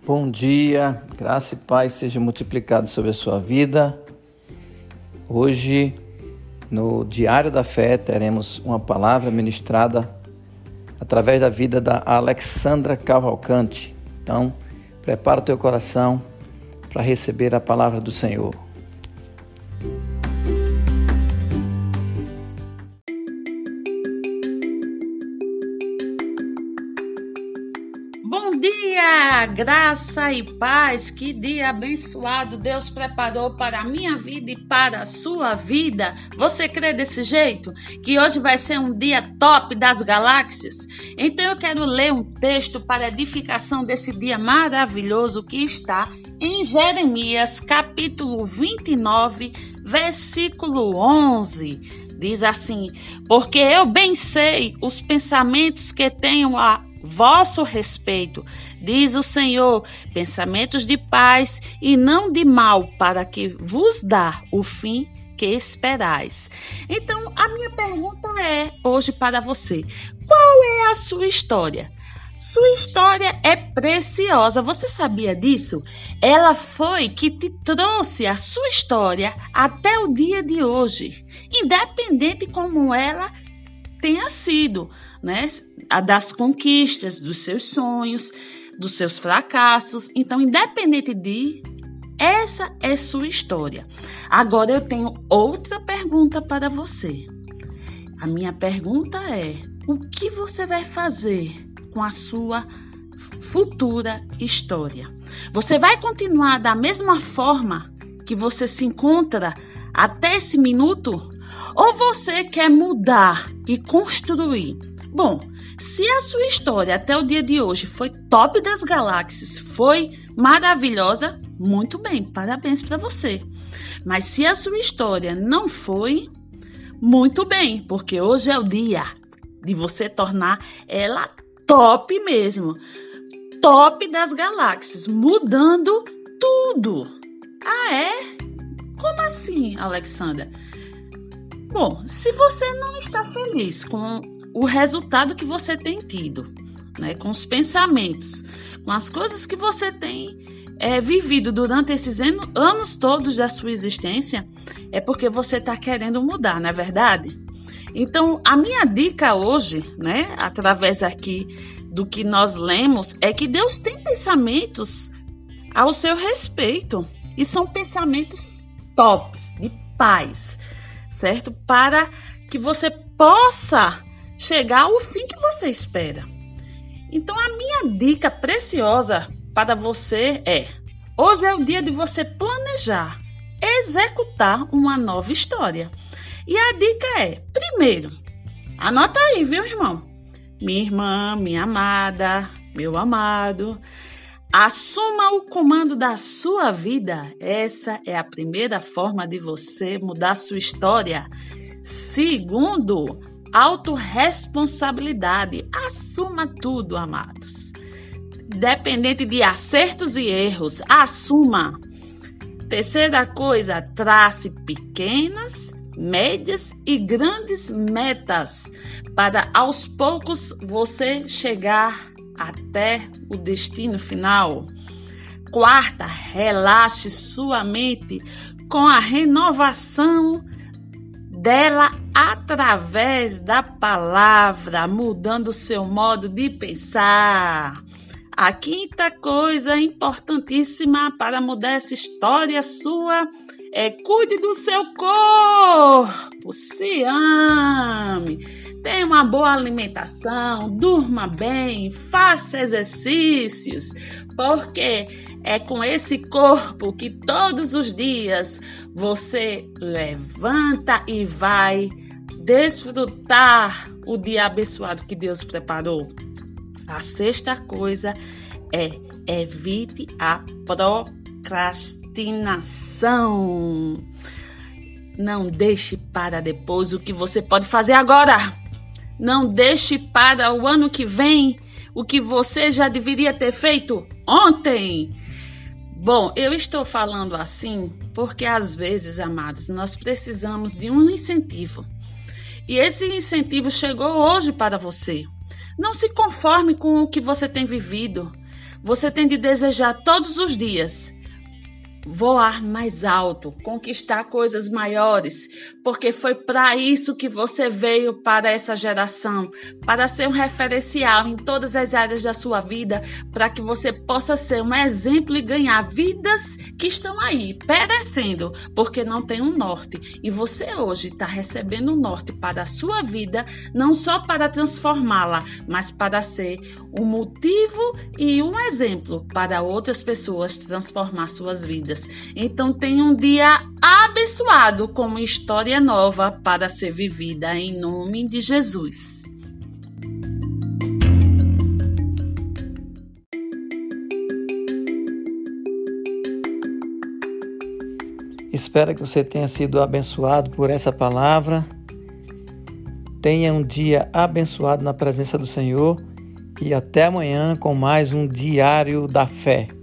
Bom dia, graça e paz seja multiplicado sobre a sua vida. Hoje, no Diário da Fé, teremos uma palavra ministrada através da vida da Alexandra Cavalcante. Então, prepara o teu coração para receber a palavra do Senhor. Bom dia, graça e paz, que dia abençoado Deus preparou para a minha vida e para a sua vida. Você crê desse jeito? Que hoje vai ser um dia top das galáxias? Então eu quero ler um texto para edificação desse dia maravilhoso que está em Jeremias capítulo 29, versículo 11. Diz assim: porque eu bem sei os pensamentos que tenho a vosso respeito, diz o Senhor, pensamentos de paz e não de mal, para que vos dá o fim que esperais. Então, a minha pergunta é hoje para você: qual é a sua história? Sua história é preciosa, você sabia disso? Ela foi que te trouxe a sua história até o dia de hoje, independente como ela tenha sido, né? Das conquistas, dos seus sonhos, dos seus fracassos. Então, independente essa é sua história. Agora eu tenho outra pergunta para você. A minha pergunta é: o que você vai fazer com a sua futura história? Você vai continuar da mesma forma que você se encontra até esse minuto? Ou você quer mudar e construir? Bom, se a sua história até o dia de hoje foi top das galáxias, foi maravilhosa, muito bem, parabéns para você. Mas se a sua história não foi, muito bem, porque hoje é o dia de você tornar ela top mesmo. Top das galáxias, mudando tudo. Ah, é? Como assim, Alexandra? Bom, se você não está feliz com o resultado que você tem tido, né, com os pensamentos, com as coisas que você tem vivido durante esses anos todos da sua existência, é porque você está querendo mudar, não é verdade? Então, a minha dica hoje, né, através aqui do que nós lemos, é que Deus tem pensamentos ao seu respeito, e são pensamentos tops, de paz, certo? Para que você possa chegar ao fim que você espera. Então, a minha dica preciosa para você é: hoje é o dia de você planejar, executar uma nova história. E a dica é: primeiro, anota aí, viu, irmão? Minha irmã, minha amada, meu amado, assuma o comando da sua vida. Essa é a primeira forma de você mudar sua história. Segundo, autorresponsabilidade. Assuma tudo, amados. Independente de acertos e erros, assuma. Terceira coisa, trace pequenas, médias e grandes metas para aos poucos você chegar até o destino final. Quarta, relaxe sua mente com a renovação dela através da palavra, mudando seu modo de pensar. A quinta coisa importantíssima para mudar essa história sua é: cuide do seu corpo, se ame, tenha uma boa alimentação, durma bem, faça exercícios, porque é com esse corpo que todos os dias você levanta e vai desfrutar o dia abençoado que Deus preparou. A sexta coisa é: evite a procrastinação. Não deixe para depois o que você pode fazer agora. Não deixe para o ano que vem o que você já deveria ter feito ontem. Bom, eu estou falando assim porque às vezes, amados, nós precisamos de um incentivo. E esse incentivo chegou hoje para você. Não se conforme com o que você tem vivido. você tem de desejar todos os dias voar mais alto, conquistar coisas maiores, porque foi para isso que você veio para essa geração, para ser um referencial em todas as áreas da sua vida, para que você possa ser um exemplo e ganhar vidas que estão aí, perecendo, porque não tem um norte. E você hoje está recebendo um norte para a sua vida, não só para transformá-la, mas para ser um motivo e um exemplo para outras pessoas transformar suas vidas. Então tenha um dia abençoado com uma história nova para ser vivida em nome de Jesus. Espero que você tenha sido abençoado por essa palavra. Tenha um dia abençoado na presença do Senhor e até amanhã com mais um Diário da Fé.